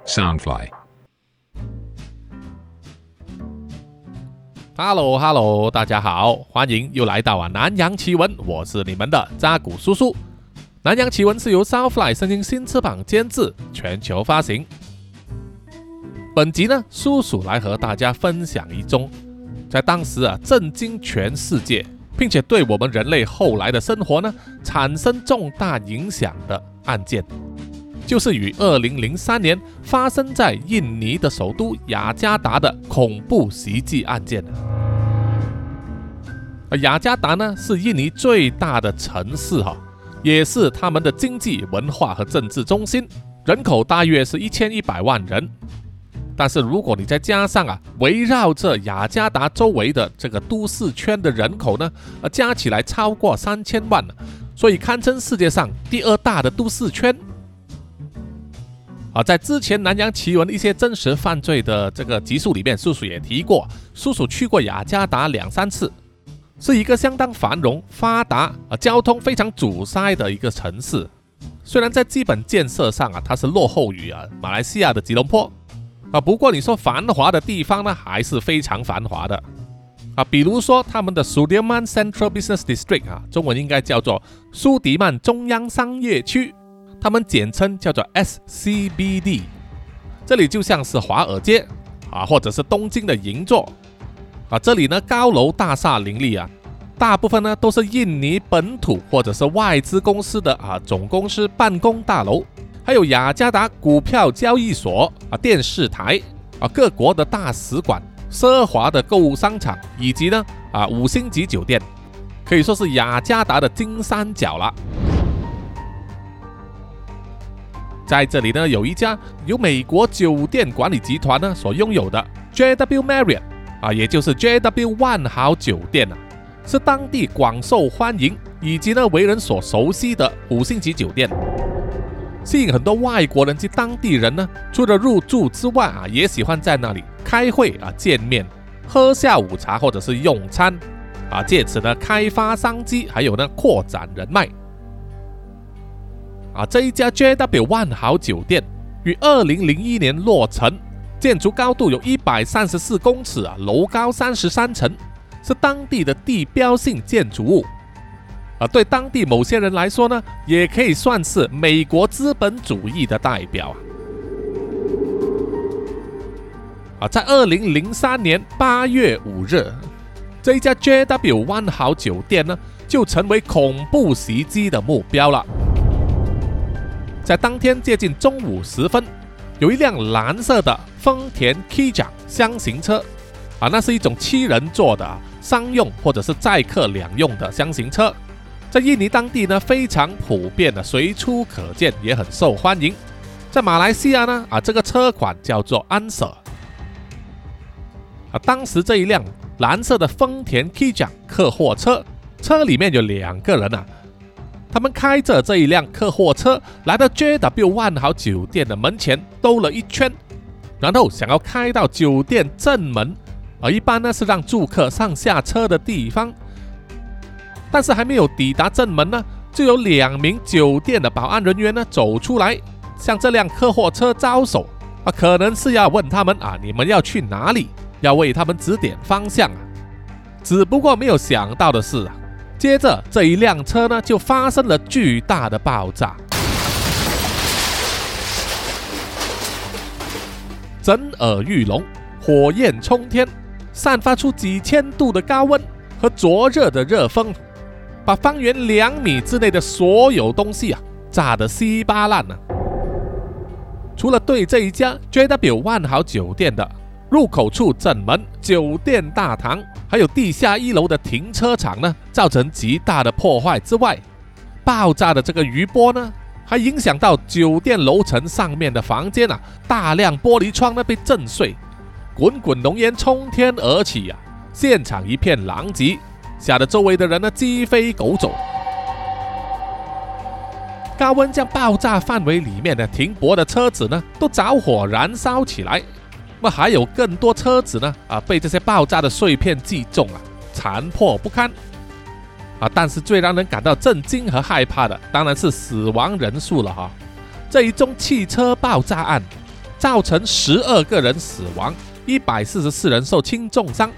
Soundfly。Hello， 大家好，欢迎又来到南洋奇闻，我是你们的扎古叔叔。南洋奇闻是由 Soundfly 声音新翅膀监制，全球发行。本集呢，叔叔来和大家分享一宗在当时震惊全世界，并且对我们人类后来的生活呢产生重大影响的案件，就是于2003年发生在印尼的首都雅加达的恐怖袭击案件。雅加达呢是印尼最大的城市也是他们的经济、文化和政治中心，人口大约是1100万人。但是如果你再加上围绕着雅加达周围的这个都市圈的人口呢，加起来超过3000万，所以堪称世界上第2大的都市圈。在之前南洋奇闻一些真实犯罪的这个集数里面，叔叔也提过，叔叔去过雅加达2-3次，是一个相当繁荣发达、交通非常阻塞的一个城市。虽然在基本建设上它是落后于马来西亚的吉隆坡。不过你说繁华的地方呢，还是非常繁华的比如说他们的 Sudirman Central Business District 中文应该叫做苏迪曼中央商业区，他们简称叫做 SCBD。 这里就像是华尔街或者是东京的银座这里呢高楼大厦林立大部分呢都是印尼本土或者是外资公司的总公司办公大楼，还有雅加达股票交易所电视台各国的大使馆、奢华的购物商场，以及呢5星级酒店，可以说是雅加达的金三角了。在这里呢，有一家由美国酒店管理集团呢所拥有的 JW Marriott 也就是 JW 万豪酒店是当地广受欢迎以及呢为人所熟悉的5星级酒店。吸引很多外国人及当地人呢，除了入住之外也喜欢在那里开会见面、喝下午茶或者是用餐借此呢开发商机，还有呢扩展人脉这一家 JW 万豪酒店于2001年落成，建筑高度有134公尺楼高33层，是当地的地标性建筑物对当地某些人来说呢，也可以算是美国资本主义的代表在2003年8月5日，这一家 JW 万豪酒店呢，就成为恐怖袭击的目标了。在当天接近中午时分，有一辆蓝色的丰田 Kijang 箱型车那是一种7人座的商用或者是载客两用的箱型车，在印尼当地呢非常普遍的，随处可见，也很受欢迎。在马来西亚呢这个车款叫做安舍当时这一辆蓝色的丰田 Kijang 客货车，车里面有2个人他们开着这一辆客货车来到 JW 万豪酒店的门前兜了一圈，然后想要开到酒店正门一般呢是让住客上下车的地方。但是还没有抵达正门呢，就有2名酒店的保安人员呢走出来，向这辆客货车招手可能是要问他们你们要去哪里，要为他们指点方向只不过没有想到的是接着这一辆车呢就发生了巨大的爆炸，震耳欲聋，火焰冲天，散发出几千度的高温和灼热的热风，把方圆2米之内的所有东西炸得稀巴烂除了对这一家 JW 万豪酒店的入口处正门、酒店大堂还有地下1楼的停车场呢造成极大的破坏之外，爆炸的这个余波呢还影响到酒店楼层上面的房间大量玻璃窗呢被震碎，滚滚浓烟冲天而起现场一片狼藉，吓得周围的人呢鸡飞狗走。高温将爆炸范围里面的停泊的车子呢都着火燃烧起来，还有更多车子呢被这些爆炸的碎片击中残破不堪但是最让人感到震惊和害怕的当然是死亡人数了这一宗汽车爆炸案造成12个人死亡，144人受轻重伤。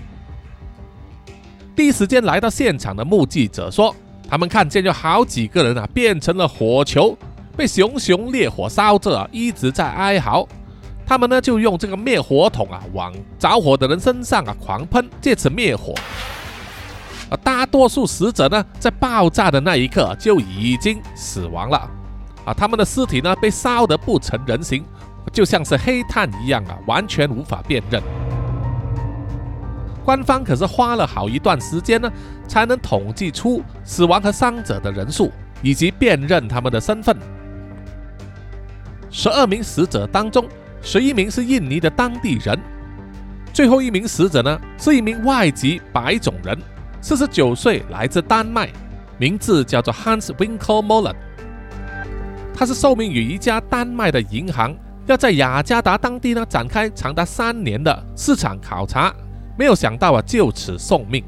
第一时间来到现场的目击者说，他们看见有好几个人变成了火球，被熊熊烈火烧着一直在哀嚎。他们呢就用这个灭火筒往着火的人身上狂喷，借此灭火。大多数死者呢在爆炸的那一刻就已经死亡了他们的尸体呢被烧得不成人形，就像是黑炭一样完全无法辨认。官方可是花了好一段时间呢，才能统计出死亡和伤者的人数，以及辨认他们的身份。12名死者当中，11名是印尼的当地人，最后一名死者呢是一名外籍白种人，49岁，来自丹麦，名字叫做 Hans Winkelmolen。他是受命于一家丹麦的银行，要在雅加达当地呢展开长达3年的市场考察，没有想到就此送命。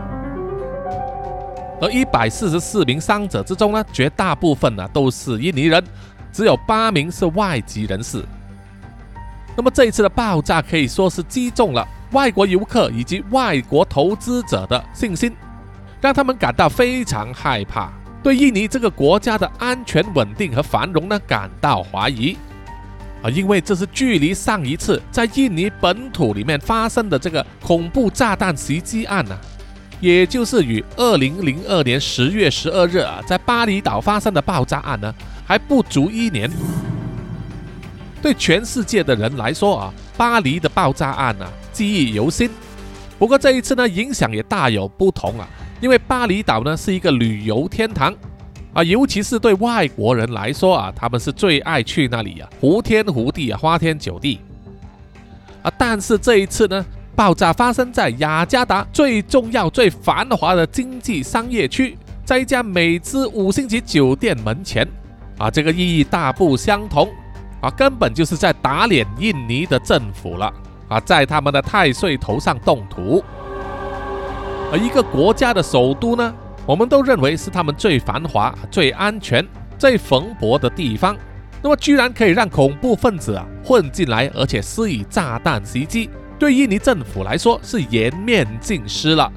而144名伤者之中呢，绝大部分都是印尼人，只有8名是外籍人士。那么这一次的爆炸可以说是击中了外国游客以及外国投资者的信心，让他们感到非常害怕，对印尼这个国家的安全稳定和繁荣呢感到怀疑。因为这是距离上一次在印尼本土里面发生的这个恐怖炸弹袭击案也就是与2002年10月12日在巴厘岛发生的爆炸案呢还不足1年。对全世界的人来说巴黎的爆炸案记忆犹新。不过这一次呢影响也大有不同因为巴厘岛呢是一个旅游天堂尤其是对外国人来说他们是最爱去那里湖天湖地花天酒地但是这一次呢，爆炸发生在雅加达最重要最繁华的经济商业区，在一家美资5星级酒店门前这个意义大不相同根本就是在打脸印尼的政府了在他们的太岁头上动土。而一个国家的首都呢，我们都认为是他们最繁华、最安全、最蓬勃的地方，那么居然可以让恐怖分子混进来，而且施以炸弹袭击，对印尼政府来说是颜面尽失了。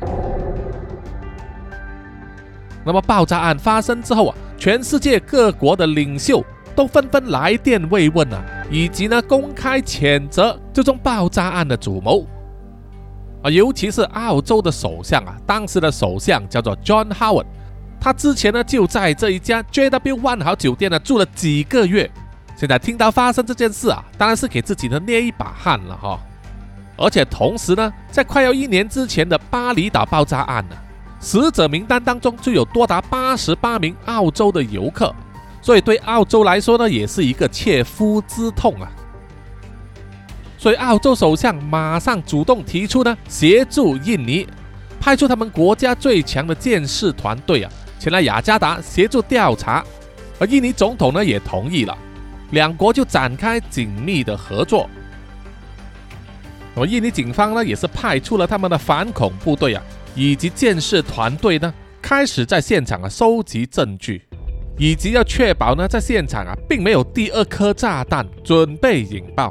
那么爆炸案发生之后全世界各国的领袖都纷纷来电慰问以及呢公开谴责这宗爆炸案的主谋尤其是澳洲的首相当时的首相叫做 John Howard， 他之前呢就在这一家 JW 万豪酒店住了几个月，现在听到发生这件事当然是给自己呢捏一把汗了而且同时呢，在快要1年之前的巴厘岛爆炸案死者名单当中就有多达88名澳洲的游客，所以对澳洲来说呢也是一个切肤之痛所以澳洲首相马上主动提出呢协助印尼，派出他们国家最强的监视团队前来雅加达协助调查，而印尼总统呢也同意了，两国就展开紧密的合作。而印尼警方呢也是派出了他们的反恐部队以及监视团队呢，开始在现场收集证据，以及要确保呢在现场并没有第2颗炸弹准备引爆。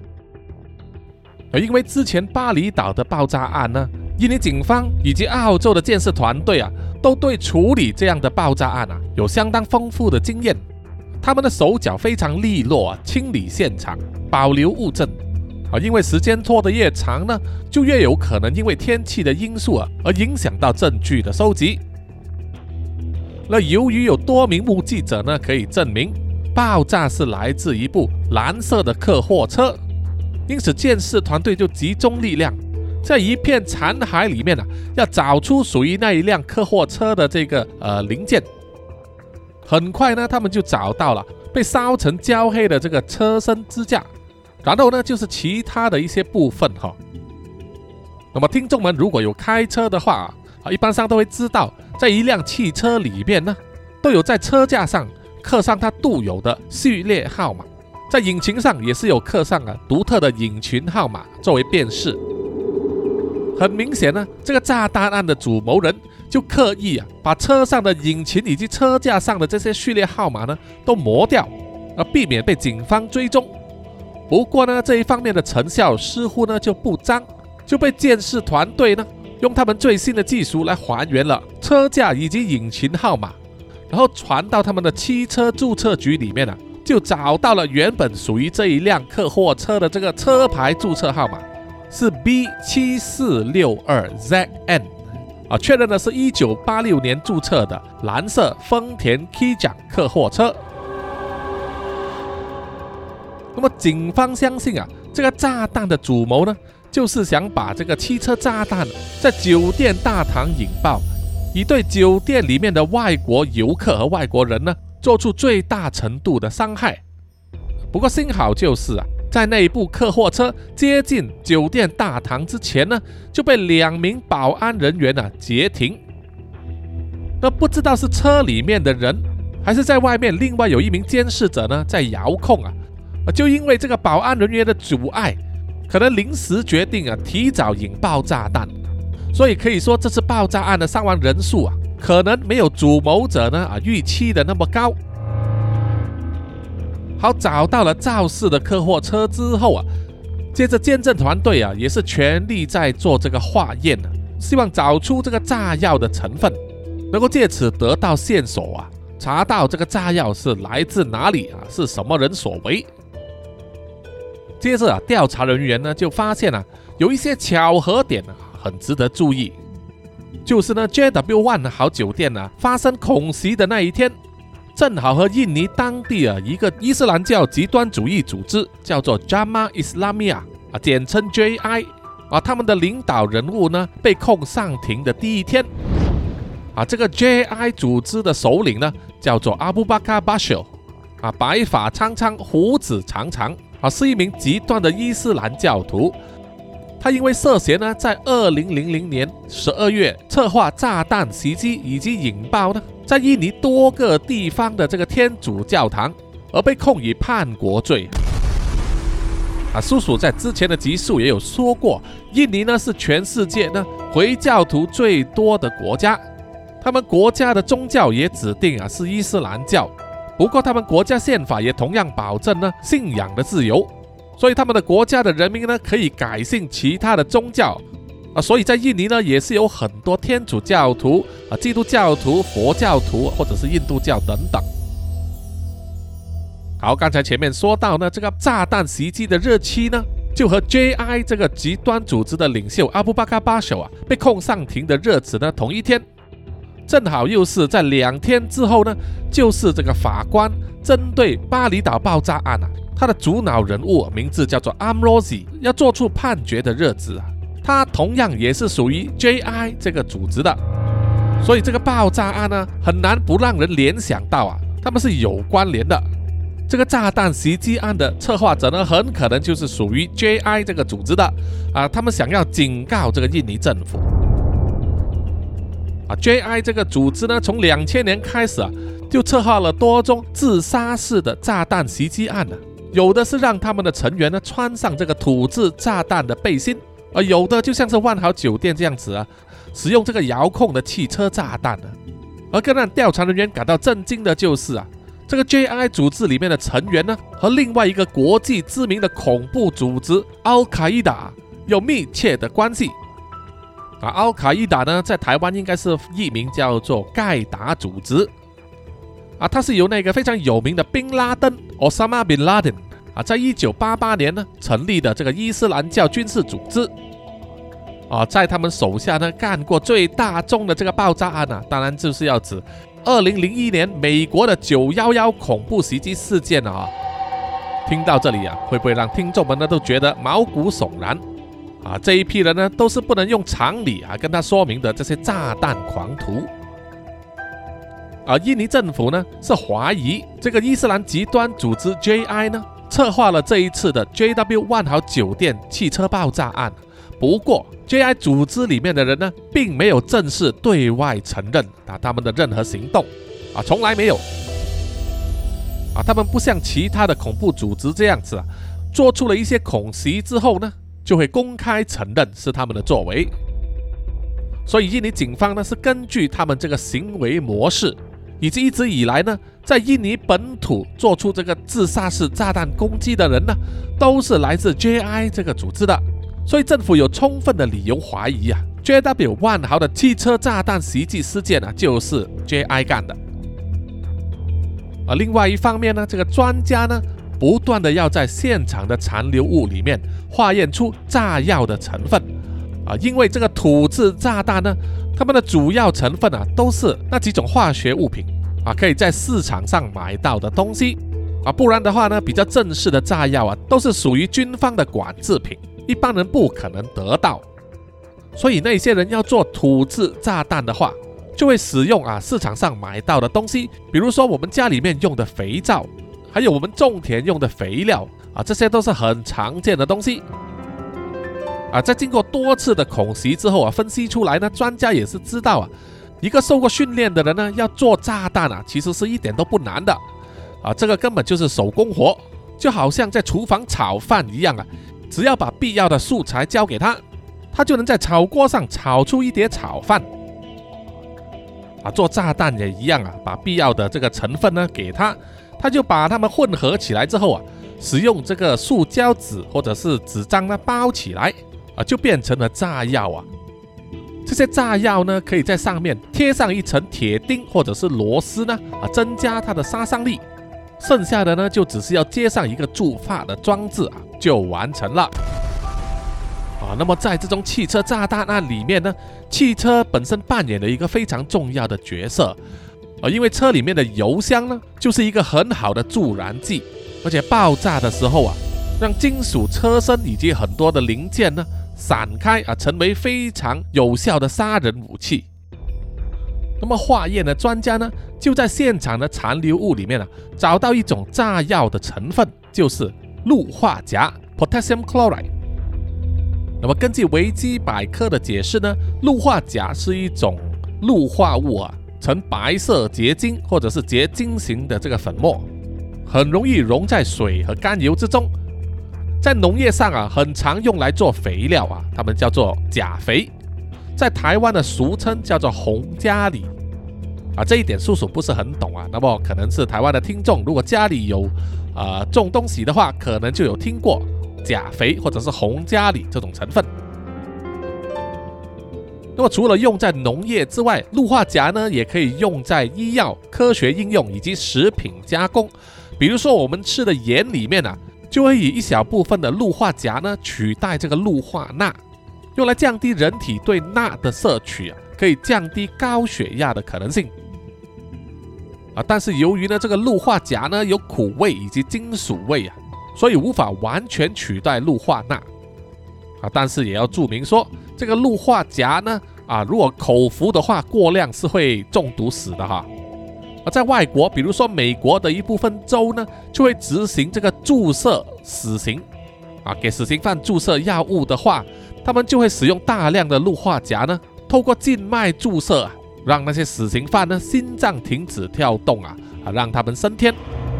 而因为之前巴厘岛的爆炸案呢，印尼警方以及澳洲的监视团队都对处理这样的爆炸案有相当丰富的经验，他们的手脚非常利落清理现场，保留物证因为时间拖得越长呢，就越有可能因为天气的因素而影响到证据的收集。那由于有多名目击者呢可以证明爆炸是来自一部蓝色的客货车，因此监视团队就集中力量，在一片残骸里面要找出属于那一辆客货车的这个零件。很快呢，他们就找到了被烧成焦黑的这个车身支架，然后呢就是其他的一些部分那么听众们如果有开车的话一般上都会知道，在一辆汽车里面呢，都有在车架上刻上它固有的序列号码，在引擎上也是有刻上独特的引擎号码作为辨识。很明显呢，这个炸弹案的主谋人就刻意把车上的引擎以及车架上的这些序列号码呢都磨掉，避免被警方追踪。 不过呢，这一方面的成效似乎呢就不彰，就被监视团队呢用他们最新的技术来还原了车架以及引擎号码，然后传到他们的汽车注册局里面就找到了原本属于这一辆客货车的这个车牌注册号码是 B7462ZN， 确认的是1986年注册的蓝色丰田 Kijang 客货车。那么警方相信这个炸弹的主谋呢，就是想把这个汽车炸弹在酒店大堂引爆，以对酒店里面的外国游客和外国人呢做出最大程度的伤害。不过幸好就是在那一部客货车接近酒店大堂之前呢，就被2名保安人员截停。那不知道是车里面的人，还是在外面另外有一名监视者呢在遥控就因为这个保安人员的阻碍，可能临时决定提早引爆炸弹，所以可以说这次爆炸案的伤亡人数可能没有主谋者呢预期的那么高。好，找到了肇事的客货车之后接着监证团队也是全力在做这个化验希望找出这个炸药的成分，能够借此得到线索查到这个炸药是来自哪里是什么人所为。接着调查人员呢就发现有一些巧合点很值得注意，就是呢 JW 万豪酒店发生恐袭的那一天，正好和印尼当地一个伊斯兰教极端主义组织叫做 Jamaah Islamiyah 简称 JI 他们的领导人物呢被控上庭的第一天这个 JI 组织的首领呢叫做 Abu Bakar Bashir 白发苍苍，胡子长长是一名极端的伊斯兰教徒。他因为涉嫌呢在2000年12月策划炸弹袭击以及引爆呢在印尼多个地方的这个天主教堂，而被控以叛国罪。叔叔在之前的集数也有说过，印尼呢是全世界呢回教徒最多的国家，他们国家的宗教也指定是伊斯兰教。不过他们国家宪法也同样保证呢信仰的自由，所以他们的国家的人民呢可以改信其他的宗教所以在印尼呢也是有很多天主教徒基督教徒、佛教徒或者是印度教等等。好，刚才前面说到呢，这个炸弹袭击的日期呢就和 JI 这个极端组织的领袖阿布巴卡巴修被控上庭的日子呢同一天，正好又是在2天之后呢，就是这个法官针对巴厘岛爆炸案他的主脑人物名字叫做 Amrozi 要做出判决的日子他同样也是属于 JI 这个组织的，所以这个爆炸案呢很难不让人联想到他们是有关联的。这个炸弹袭击案的策划者呢很可能就是属于 JI 这个组织的他们想要警告这个印尼政府JI 这个组织呢，从2000年开始就策划了多宗自杀式的炸弹袭击案有的是让他们的成员呢穿上这个土制炸弹的背心，而有的就像是万豪酒店这样子使用这个遥控的汽车炸弹而更让调查人员感到震惊的就是这个 JI 组织里面的成员呢，和另外一个国际知名的恐怖组织 Al-Qaeda 有密切的关系Al-Qaeda 呢，在台湾应该是译名叫做盖达组织它是由那个非常有名的宾拉登 Osama Bin Laden 在1988年呢成立的这个伊斯兰教军事组织在他们手下呢干过最大宗的这个爆炸案当然就是要指2001年美国的911恐怖袭击事件听到这里会不会让听众们呢都觉得毛骨悚然这一批人呢都是不能用常理跟他说明的这些炸弹狂徒印尼政府呢是怀疑这个伊斯兰极端组织 JI 呢策划了这一次的 JW 万豪酒店汽车爆炸案。不过 JI 组织里面的人呢并没有正式对外承认他们的任何行动从来没有他们不像其他的恐怖组织这样子做出了一些恐袭之后呢就会公开承认是他们的作为。所以印尼警方呢是根据他们这个行为模式以及一直以来呢，在印尼本土做出这个自杀式炸弹攻击的人呢，都是来自 JI 这个组织的，所以政府有充分的理由怀疑JW 万豪的汽车炸弹袭击事件就是 JI 干的。而另外一方面呢，这个专家呢，不断的要在现场的残留物里面化验出炸药的成分因为这个土制炸弹呢，它们的主要成分都是那几种化学物品可以在市场上买到的东西不然的话呢，比较正式的炸药都是属于军方的管制品，一般人不可能得到。所以那些人要做土制炸弹的话，就会使用市场上买到的东西，比如说我们家里面用的肥皂，还有我们种田用的肥料这些都是很常见的东西在经过多次的恐袭之后分析出来呢，专家也是知道一个受过训练的人呢，要做炸弹其实是一点都不难的这个根本就是手工活，就好像在厨房炒饭一样只要把必要的素材交给他，他就能在炒锅上炒出一碟炒饭做炸弹也一样把必要的这个成分呢给他，他就把它们混合起来之后使用这个塑胶纸或者是纸张呢包起来就变成了炸药这些炸药呢，可以在上面贴上一层铁钉或者是螺丝呢增加它的杀伤力。剩下的呢，就只是要接上一个驻发的装置就完成了那么在这种汽车炸弹案里面呢，汽车本身扮演了一个非常重要的角色因为车里面的油箱呢，就是一个很好的助燃剂，而且爆炸的时候让金属车身以及很多的零件呢散开成为非常有效的杀人武器。那么化验的专家呢，就在现场的残留物里面找到一种炸药的成分，就是氯化钾 （Potassium Chloride）。那么根据维基百科的解释呢，氯化钾是一种氯化物呈白色结晶或者是结晶型的这个粉末，很容易溶在水和甘油之中。在农业上很常用来做肥料它们叫做钾肥，在台湾的俗称叫做红家里这一点叔叔不是很懂那么可能是台湾的听众如果家里有种东西的话，可能就有听过钾肥或者是红家里这种成分。那么除了用在农业之外，氯化钾呢也可以用在医药、科学应用以及食品加工。比如说我们吃的盐里面就会以一小部分的氯化钾呢取代这个氯化钠，用来降低人体对钠的摄取可以降低高血压的可能性但是由于呢这个氯化钾呢有苦味以及金属味所以无法完全取代氯化钠但是也要注明说，这个氯化钾呢如果口服的话，过量是会中毒死的在外国，比如说美国的一部分州呢，就会执行这个注射死刑给死刑犯注射药物的话，他们就会使用大量的氯化钾呢，透过静脉注射让那些死刑犯呢心脏停止跳动让他们升天。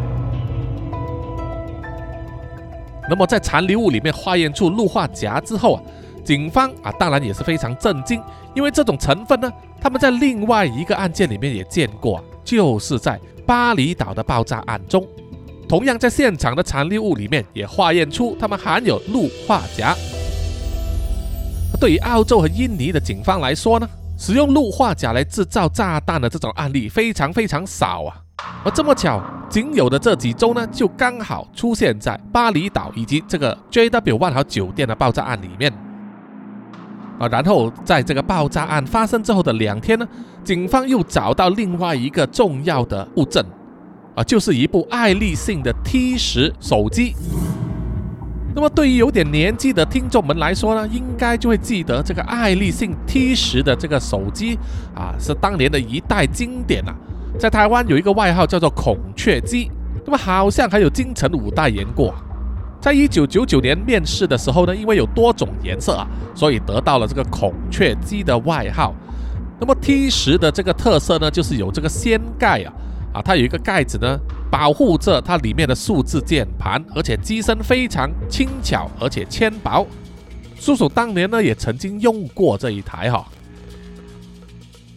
那么在残留物里面化验出氯化钾之后警方当然也是非常震惊，因为这种成分呢，他们在另外一个案件里面也见过就是在巴厘岛的爆炸案中，同样在现场的残留物里面也化验出它们含有氯化钾。对于澳洲和印尼的警方来说呢，使用氯化钾来制造炸弹的这种案例非常非常少而这么巧，仅有的这几周呢，就刚好出现在巴厘岛以及这个 JW 万豪酒店的爆炸案里面然后在这个爆炸案发生之后的2天呢，警方又找到另外一个重要的物证就是一部爱立信的 T10 手机。那么对于有点年纪的听众们来说呢，应该就会记得这个爱立信 T10 的这个手机是当年的一代经典在台湾有一个外号叫做孔雀机，那么好像还有金城武代言过在1999年面世的时候呢，因为有多种颜色所以得到了这个孔雀机的外号。那么 T10 的这个特色呢，就是有这个掀盖它有一个盖子呢保护着它里面的数字键盘，而且机身非常轻巧而且纤薄。叔叔当年呢也曾经用过这一台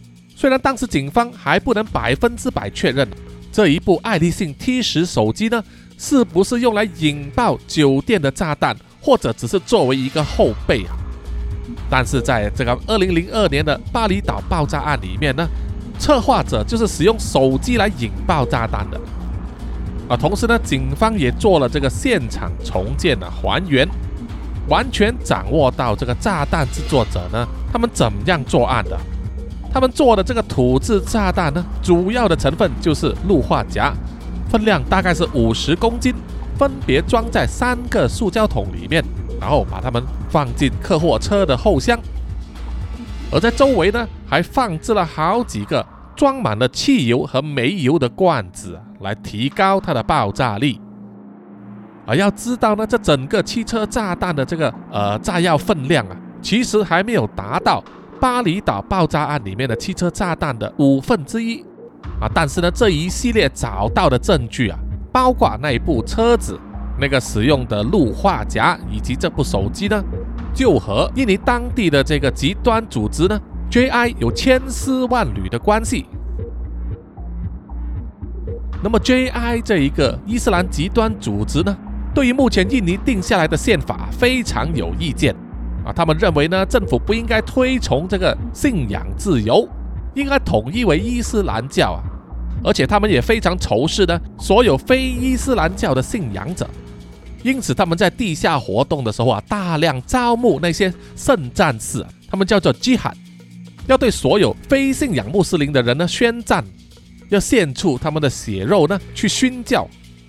虽然当时警方还不能100%确认这一部爱立信 T10 手机呢是不是用来引爆酒店的炸弹，或者只是作为一个后备啊。但是在这个2002年的巴厘岛爆炸案里面呢，策划者就是使用手机来引爆炸弹的。同时呢，警方也做了这个现场重建的还原，完全掌握到这个炸弹制作者呢，他们怎么样作案的。他们做的这个土制炸弹呢，主要的成分就是氯化钾，分量大概是50公斤，分别装在3个塑胶桶里面，然后把它们放进客货车的后厢。而在周围呢，还放置了好几个装满了汽油和煤油的罐子，来提高它的爆炸力。而要知道呢，这整个汽车炸弹的这个炸药分量啊，其实还没有达到巴厘岛爆炸案里面的汽车炸弹的1/5啊。但是呢，这一系列找到的证据啊，包括那一部车子、那个使用的氯化钾以及这部手机呢，就和印尼当地的这个极端组织呢 JI 有千丝万缕的关系。那么 JI 这一个伊斯兰极端组织呢，对于目前印尼定下来的宪法非常有意见啊。他们认为呢，政府不应该推崇这个信仰自由，应该统一为伊斯兰教啊。而且他们也非常仇视呢所有非伊斯兰教的信仰者。因此他们在地下活动的时候啊，大量招募那些圣战士，他们叫做 Jihad， 要对所有非信仰穆斯林的人呢宣战，要献出他们的血肉呢去殉教。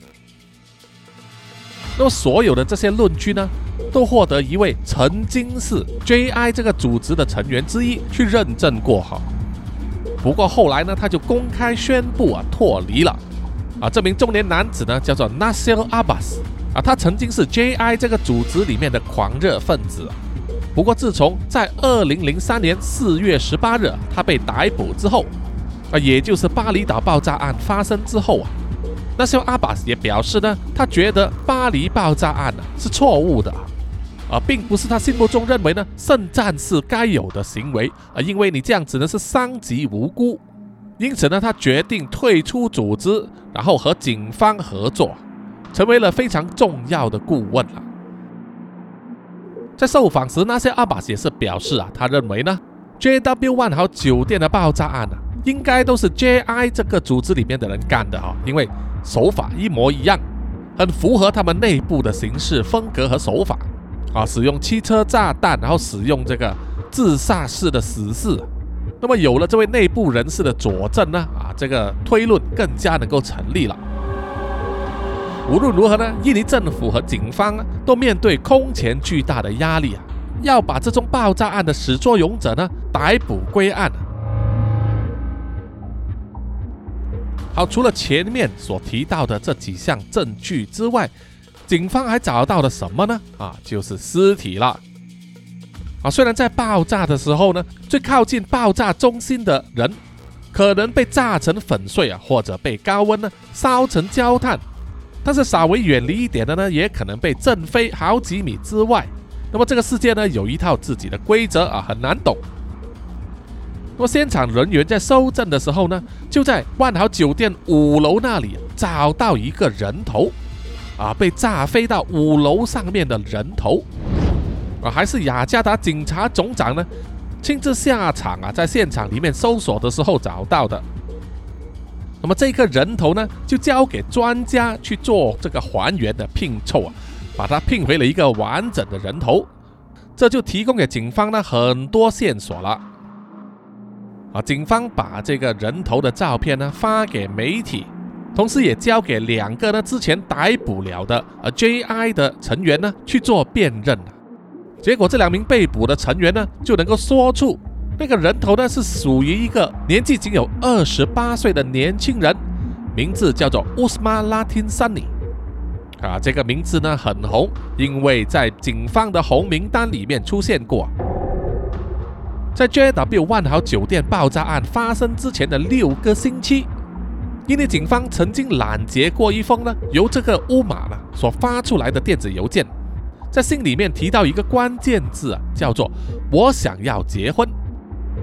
那么所有的这些论据呢，都获得一位曾经是 JI 这个组织的成员之一去认证过哈。不过后来呢，他就公开宣布脱离了啊。这名中年男子呢叫做 Nasir Abbas 啊，他曾经是 JI 这个组织里面的狂热分子。不过自从在2003年4月18日他被逮捕之后啊，也就是巴厘岛爆炸案发生之后啊，那时候阿巴斯也表示呢，他觉得巴黎爆炸案是错误的并不是他心目中认为呢圣战士该有的行为因为你这样子呢是伤及无辜。因此呢，他决定退出组织，然后和警方合作，成为了非常重要的顾问了。在受访时，那些阿巴斯也是表示他认为呢 JW 万豪酒店的爆炸案应该都是 JI 这个组织里面的人干的因为手法一模一样，很符合他们内部的行事风格和手法使用汽车炸弹，然后使用这个自杀式的死士。那么有了这位内部人士的佐证呢这个推论更加能够成立了。无论如何呢，印尼政府和警方都面对空前巨大的压力要把这宗爆炸案的始作俑者呢逮捕归案。好，除了前面所提到的这几项证据之外，警方还找到了什么呢？就是尸体了。虽然在爆炸的时候呢，最靠近爆炸中心的人可能被炸成粉碎或者被高温呢烧成焦炭，但是稍微远离一点的呢，也可能被震飞好几米之外。那么这个世界呢，有一套自己的规则很难懂。那么现场人员在搜证的时候呢，就在万豪酒店5楼那里找到一个人头被炸飞到5楼上面的人头还是雅加达警察总长呢亲自下场在现场里面搜索的时候找到的。那么这个人头呢，就交给专家去做这个还原的拼凑把它拼回了一个完整的人头，这就提供给警方呢很多线索了警方把这个人头的照片呢发给媒体，同时也交给2个呢之前逮捕了的JI 的成员呢去做辨认。结果这2名被捕的成员呢就能够说出那个人头呢是属于一个年纪仅有28岁的年轻人，名字叫做 Usman Latin Sunny这个名字呢很红，因为在警方的红名单里面出现过。在 JW 万豪酒店爆炸案发生之前的6个星期，印尼警方曾经拦截过一封呢由这个乌马呢所发出来的电子邮件，在信里面提到一个关键字叫做我想要结婚。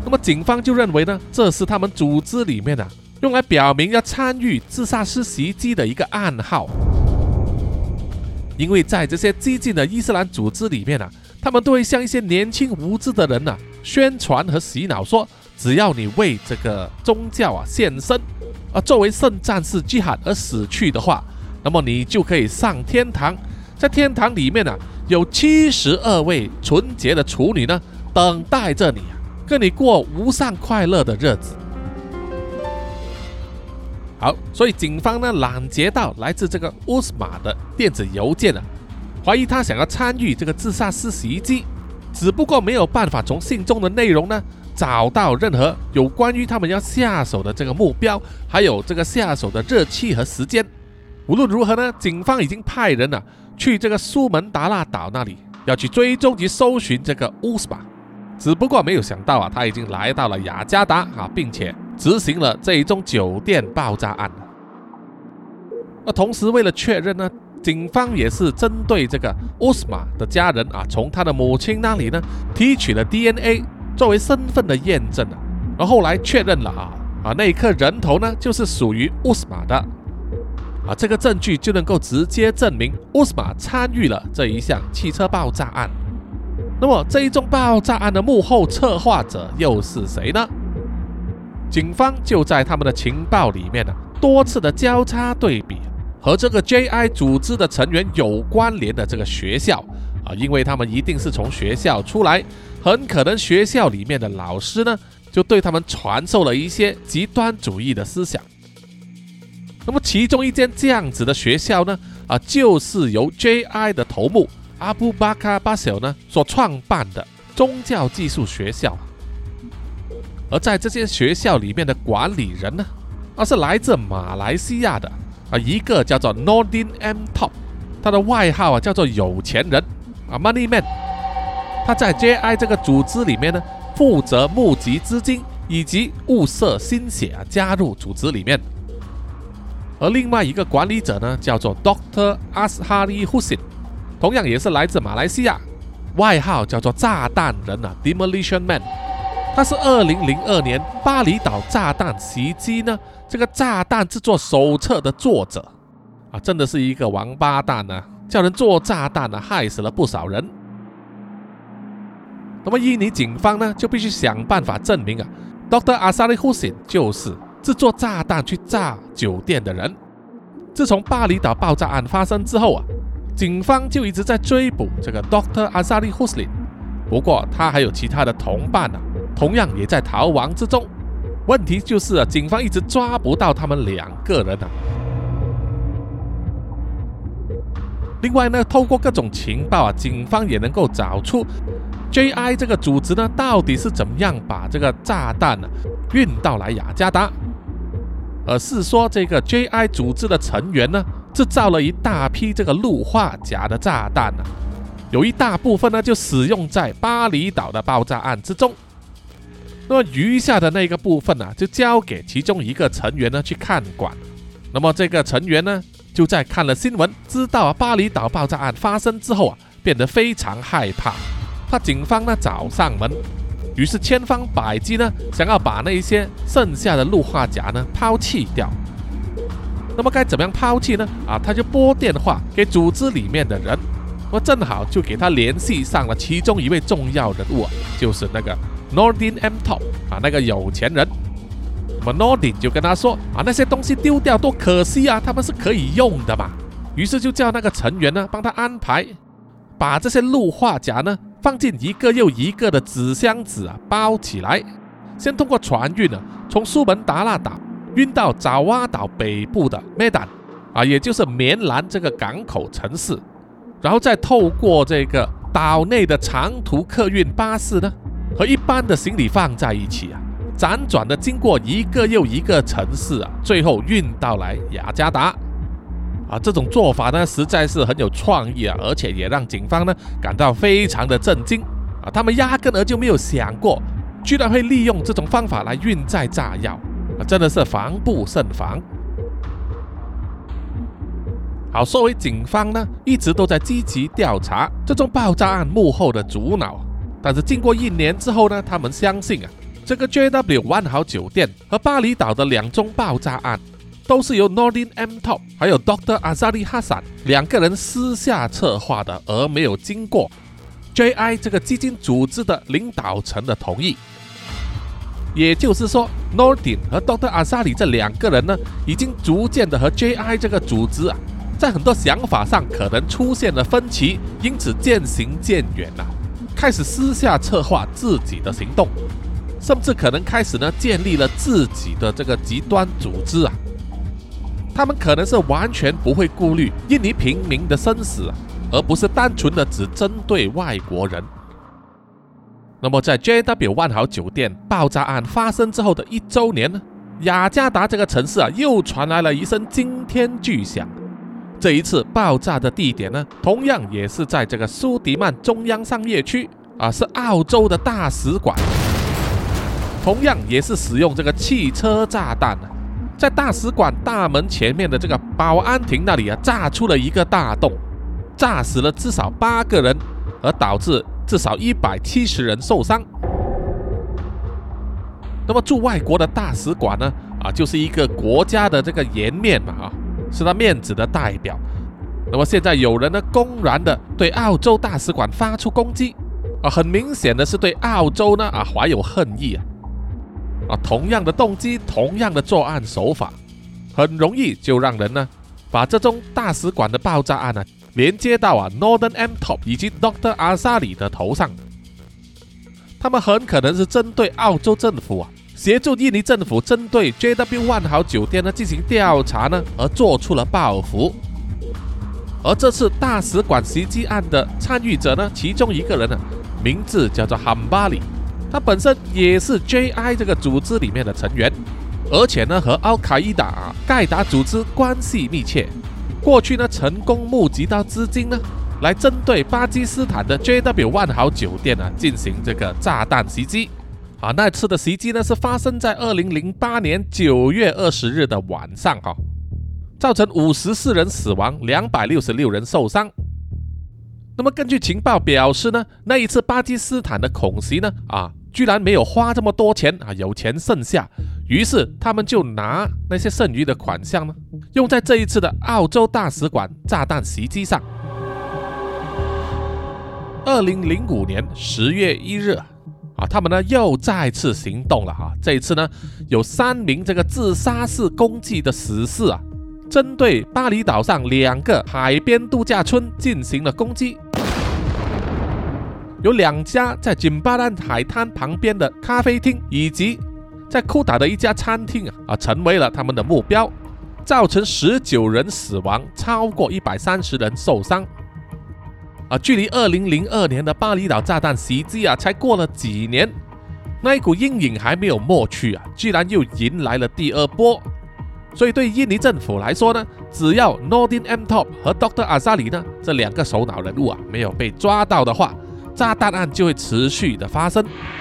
那么警方就认为呢，这是他们组织里面用来表明要参与自杀式袭击的一个暗号。因为在这些激进的伊斯兰组织里面他们都会向一些年轻无知的人宣传和洗脑说，只要你为这个宗教献身，作为圣战士jihad而死去的话，那么你就可以上天堂，在天堂里面有72位纯洁的处女等待着你跟你过无上快乐的日子。好，所以警方拦截到来自这个乌斯玛的电子邮件怀疑他想要参与这个自杀式袭击，只不过没有办法从信中的内容找到任何有关于他们要下手的这个目标，还有这个下手的日期和时间。无论如何警方已经派人去这个苏门答腊岛那里，要去追踪及搜寻这个乌斯玛。只不过没有想到他已经来到了雅加达并且执行了这一宗酒店爆炸案。同时为了确认警方也是针对这个乌斯玛的家人从他的母亲那里提取了 DNA 作为身份的验证然后后来确认了那一颗人头就是属于乌斯玛的这个证据就能够直接证明乌斯玛参与了这一项汽车爆炸案。那么这一宗爆炸案的幕后策划者又是谁呢？警方就在他们的情报里面多次的交叉对比和这个 JI 组织的成员有关联的这个学校因为他们一定是从学校出来，很可能学校里面的老师就对他们传授了一些极端主义的思想。那么其中一间这样子的学校就是由 JI 的头目阿布巴卡巴舍所创办的宗教技术学校。而在这些学校里面的管理人是来自马来西亚的一个叫做 Nordin M Top， 他的外号叫做有钱人Money Man。 他在 JI 这个组织里面负责募集资金以及物色心血加入组织里面。而另外一个管理者叫做 Dr. Ashari Hussein， 同样也是来自马来西亚，外号叫做炸弹人Demolition Man。 他是2002年巴厘岛炸弹袭击这个炸弹制作手册的作者真的是一个王八蛋叫人做炸弹害死了不少人。那么印尼警方就必须想办法证明Dr. Ashari Hussein 就是制作炸弹去炸酒店的人。自从巴厘岛爆炸案发生之后警方就一直在追捕这个 Dr. Ashari Hussein， 不过他还有其他的同伴同样也在逃亡之中。问题就是警方一直抓不到他们2个人另外透过各种情报警方也能够找出 JI 这个组织到底是怎么样把这个炸弹运到来雅加达。而是说这个 JI 组织的成员制造了一大批这个氦化钾的炸弹有一大部分就使用在巴厘岛的爆炸案之中。那么余下的那个部分就交给其中一个成员去看管。那么这个成员就在看了新闻，知道巴厘岛爆炸案发生之后变得非常害怕，怕警方找上门，于是千方百计想要把那一些剩下的氦化钾抛弃掉。那么该怎么样抛弃呢？他就拨电话给组织里面的人，我正好就给他联系上了其中一位重要人物就是那个 Nordin M Top 那个有钱人。那么 Nordin 就跟他说那些东西丢掉多可惜他们是可以用的嘛。于是就叫那个成员帮他安排，把这些氦化钾放进一个又一个的纸箱子包起来，先通过船运从苏门答腊岛运到爪哇岛北部的 Medan 也就是棉兰这个港口城市，然后再透过这个岛内的长途客运巴士和一般的行李放在一起辗转的经过一个又一个城市最后运到来雅加达这种做法实在是很有创意而且也让警方感到非常的震惊他们压根儿就没有想过居然会利用这种方法来运载炸药真的是防不胜防。好，说回警方一直都在积极调查这宗爆炸案幕后的主脑，但是经过1年之后他们相信这个 JW 万豪酒店和巴厘岛的2宗爆炸案，都是由 Nordin M. Top 还有 Dr. Azali Hassan 2个人私下策划的，而没有经过 JI 这个基金组织的领导层的同意。也就是说 Nordin 和 Dr. Azali 这2个人呢，已经逐渐的和 JI 这个组织在很多想法上可能出现了分歧，因此渐行渐远开始私下策划自己的行动，甚至可能开始呢建立了自己的这个极端组织他们可能是完全不会顾虑印尼平民的生死而不是单纯的只针对外国人。那么在 JW 万豪酒店爆炸案发生之后的1周年呢，雅加达这个城市又传来了一声惊天巨响。这一次爆炸的地点呢，同样也是在这个苏迪曼中央商业区是澳洲的大使馆，同样也是使用这个汽车炸弹在大使馆大门前面的这个保安亭那里炸出了一个大洞，炸死了至少8个人，而导致至少170人受伤。那么驻外国的大使馆呢就是一个国家的这个颜面嘛是他面子的代表。那么现在有人呢公然的对澳洲大使馆发出攻击很明显的是对澳洲呢怀有恨意同样的动机，同样的作案手法，很容易就让人呢把这宗大使馆的爆炸案连接到Nordin M. Top 以及 Dr. Azali 的头上。他们很可能是针对澳洲政府协助印尼政府针对 JW 万豪酒店呢进行调查呢而做出了报复。而这次大使馆袭击案的参与者呢，其中一个人名字叫做 Hambali， 他本身也是 JI 这个组织里面的成员，而且呢和 Al-Qaeda 盖达组织关系密切。过去呢成功募集到资金呢，来针对巴基斯坦的 JW 万豪酒店进行这个炸弹袭击那次的袭击呢是发生在2008年9月20日的晚上造成54人死亡，266人受伤。那么根据情报表示呢，那一次巴基斯坦的恐袭呢居然没有花这么多钱有钱剩下，于是他们就拿那些剩余的款项呢，用在这一次的澳洲大使馆炸弹袭击上。2005年10月1日他们呢又再次行动了这一次呢有3名这个自杀式攻击的死士针对巴厘岛上2个海边度假村进行了攻击。有2家在金巴兰海滩旁边的咖啡厅，以及在库达的一家餐厅成为了他们的目标，造成19人死亡，超过130人受伤。距离2002年的巴厘岛炸弹袭击才过了几年，那一股阴影还没有抹去居然又迎来了第2波。所以对印尼政府来说呢，只要 Nordin M. Top 和 Dr. Azali 呢这2个首脑人物没有被抓到的话，炸弹案就会持续的发生。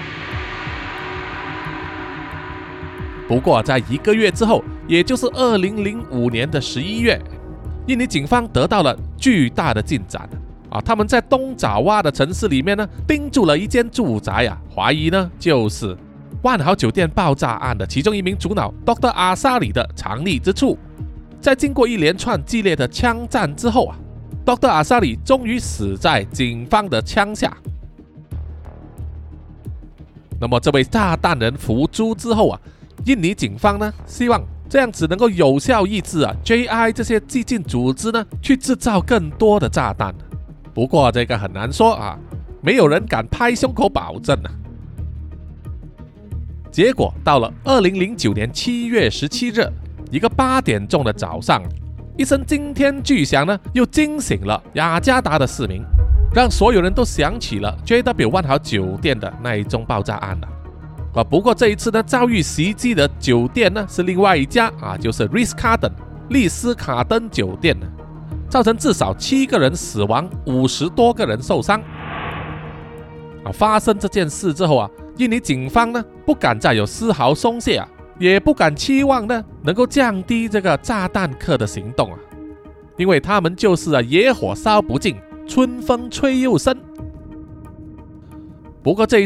不过在1个月之后，也就是2005年的11月，印尼警方得到了巨大的进展他们在东爪哇的城市里面呢盯住了一间住宅怀疑呢就是万豪酒店爆炸案的其中一名主脑 Dr. Azali 的藏匿之处。在经过一连串激烈的枪战之后Dr. Azali 终于死在警方的枪下。那么这位炸弹人伏诛之后印尼警方呢希望这样子能够有效抑制JI 这些激进组织呢去制造更多的炸弹。不过这个很难说没有人敢拍胸口保证结果到了2009年7月17日，一个8点钟的早上，一声惊天巨响呢，又惊醒了雅加达的市民，让所有人都想起了 JW 万豪酒店的那一宗爆炸案不过这一次呢，遭遇袭击的酒店呢是另外一家就是 Ritz-Carlton 丽思卡登酒店造成至少7个人死亡，50多个人受伤发生这件事之后印尼警方呢不敢再有丝毫松懈也不敢期望呢能够降低这个炸弹客的行动因为他们就是野火烧不尽，春风吹又生。不过这一次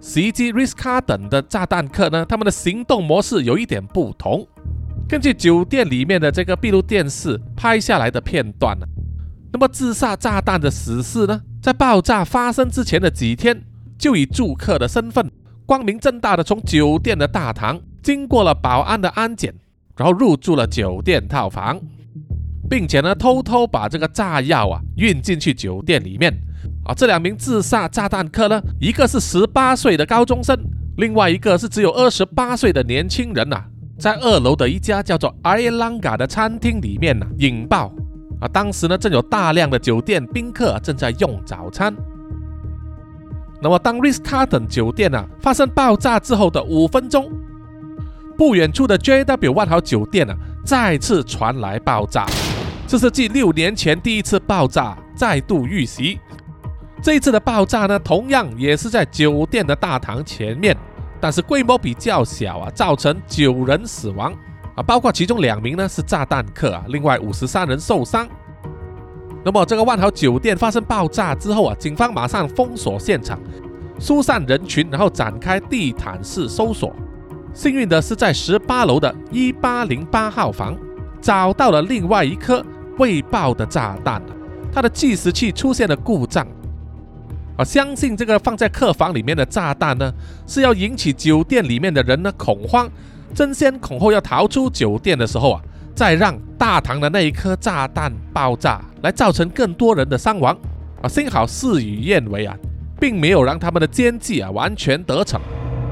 袭击 Ritz-Carlton 的炸弹客呢，他们的行动模式有一点不同。根据酒店里面的这个闭路电视拍下来的片段呢，那么自杀炸弹的死士呢，在爆炸发生之前的几天，就以住客的身份，光明正大的从酒店的大堂经过了保安的安检，然后入住了酒店套房，并且呢，偷偷把这个炸药运进去酒店里面。这2名自杀炸弹客呢，一个是18岁的高中生，另外一个是只有28岁的年轻人在2楼的一家叫做 Airlanga 的餐厅里面引爆。当时呢，正有大量的酒店宾客正在用早餐。那么当 Ritz-Carlton 酒店发生爆炸之后的5分钟，不远处的 JW 万豪酒店再次传来爆炸，这是继6年前第一次爆炸再度遇袭。这一次的爆炸呢，同样也是在酒店的大堂前面，但是规模比较小造成9人死亡包括其中2名呢是炸弹客另外53人受伤。那么这个万豪酒店发生爆炸之后警方马上封锁现场，疏散人群，然后展开地毯式搜索。幸运的是，在18楼的1808号房找到了另外一颗未爆的炸弹，它的计时器出现了故障。相信这个放在客房里面的炸弹呢，是要引起酒店里面的人呢恐慌，争先恐后要逃出酒店的时候再让大堂的那一颗炸弹爆炸，来造成更多人的伤亡幸好事与愿违并没有让他们的奸计完全得逞。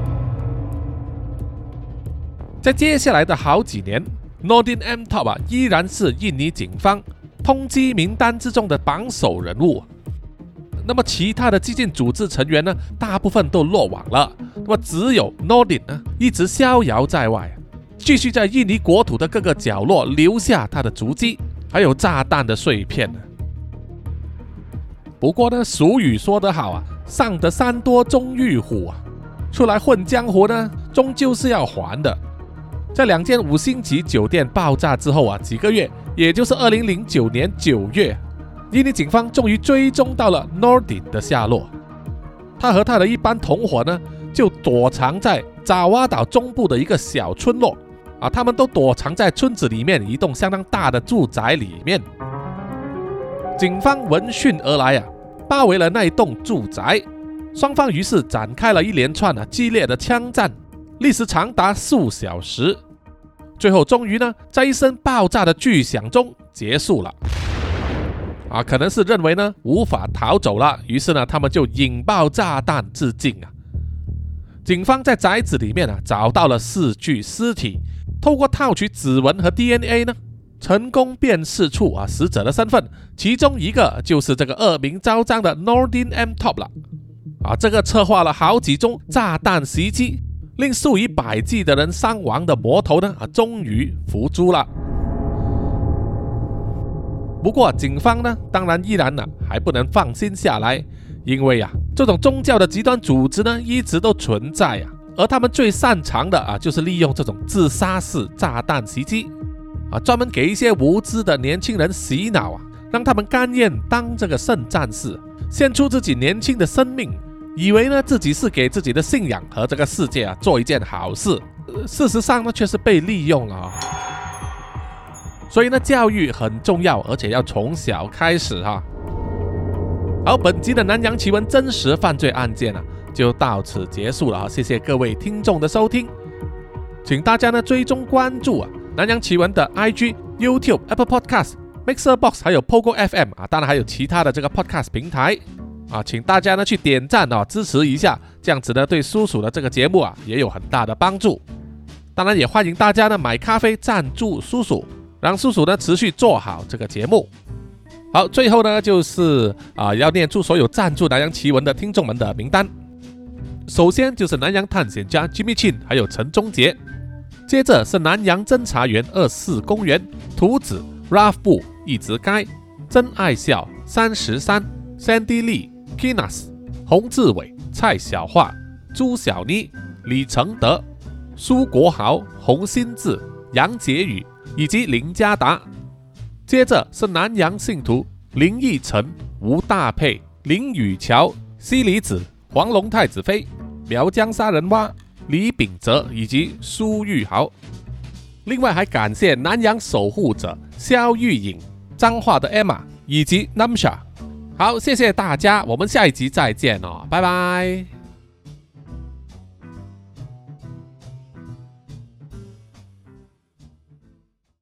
在接下来的好几年， Nordin M Top 依然是印尼警方通缉名单之中的榜首人物。那么其他的激进组织成员呢，大部分都落网了，那么只有 Nordin 呢一直逍遥在外，继续在印尼国土的各个角落留下他的足迹，还有炸弹的碎片不过呢，俗语说得好上得山多终遇虎出来混江湖呢，终究是要还的。在2间5星级酒店爆炸之后几个月，也就是2009年9月，印尼警方终于追踪到了 Nordin 的下落。他和他的一班同伙呢，就躲藏在爪哇岛中部的一个小村落他们都躲藏在村子里面一栋相当大的住宅里面。警方闻讯而来包围了那一栋住宅，双方于是展开了一连串激烈的枪战，历时长达数小时，最后终于呢，在一声爆炸的巨响中结束了可能是认为呢无法逃走了，于是呢他们就引爆炸弹自尽警方在宅子里面找到了4具尸体，透过套取指纹和 DNA 呢，成功辨识出死者的身份，其中一个就是这个恶名昭彰的 Nordin M Top 了这个策划了好几宗炸弹袭击，令数以百计的人伤亡的魔头呢终于伏诛了。不过警方呢，当然依然还不能放心下来，因为这种宗教的极端组织呢一直都存在而他们最擅长的就是利用这种自杀式炸弹袭击专门给一些无知的年轻人洗脑让他们甘愿当这个圣战士，献出自己年轻的生命，以为呢自己是给自己的信仰和这个世界做一件好事，事实上呢却是被利用了所以呢，教育很重要，而且要从小开始好，本集的南洋奇闻真实犯罪案件就到此结束了谢谢各位听众的收听，请大家呢追踪关注南洋奇闻的 IG、YouTube、Apple Podcast、Mixer Box 还有 Pogo FM当然还有其他的这个 Podcast 平台请大家呢去点赞支持一下，这样子呢对叔叔的这个节目也有很大的帮助。当然也欢迎大家呢买咖啡赞助叔叔，让叔叔呢持续做好这个节目。好，最后呢就是要念出所有赞助南洋奇闻的听众们的名单。首先就是南洋探险家 Jimmy Chin 还有陈忠杰，接着是南洋侦查员24公园、图子、Ralph 布、一直该、真爱笑、33、Sandy Lee、Kinas、洪志伟、蔡小桦、朱小妮、李承德、苏国豪、洪新志、杨杰宇以及林家达。接着是南洋信徒林义成、吴大佩、林宇桥、西里子、黄龙太子妃、 苗疆杀人蛙李秉哲以及苏玉豪。另外还感谢南洋守护者肖玉颖、彰化的 Emma 以及 Namsha。好，谢谢大家，我们下一集再见哦，拜拜。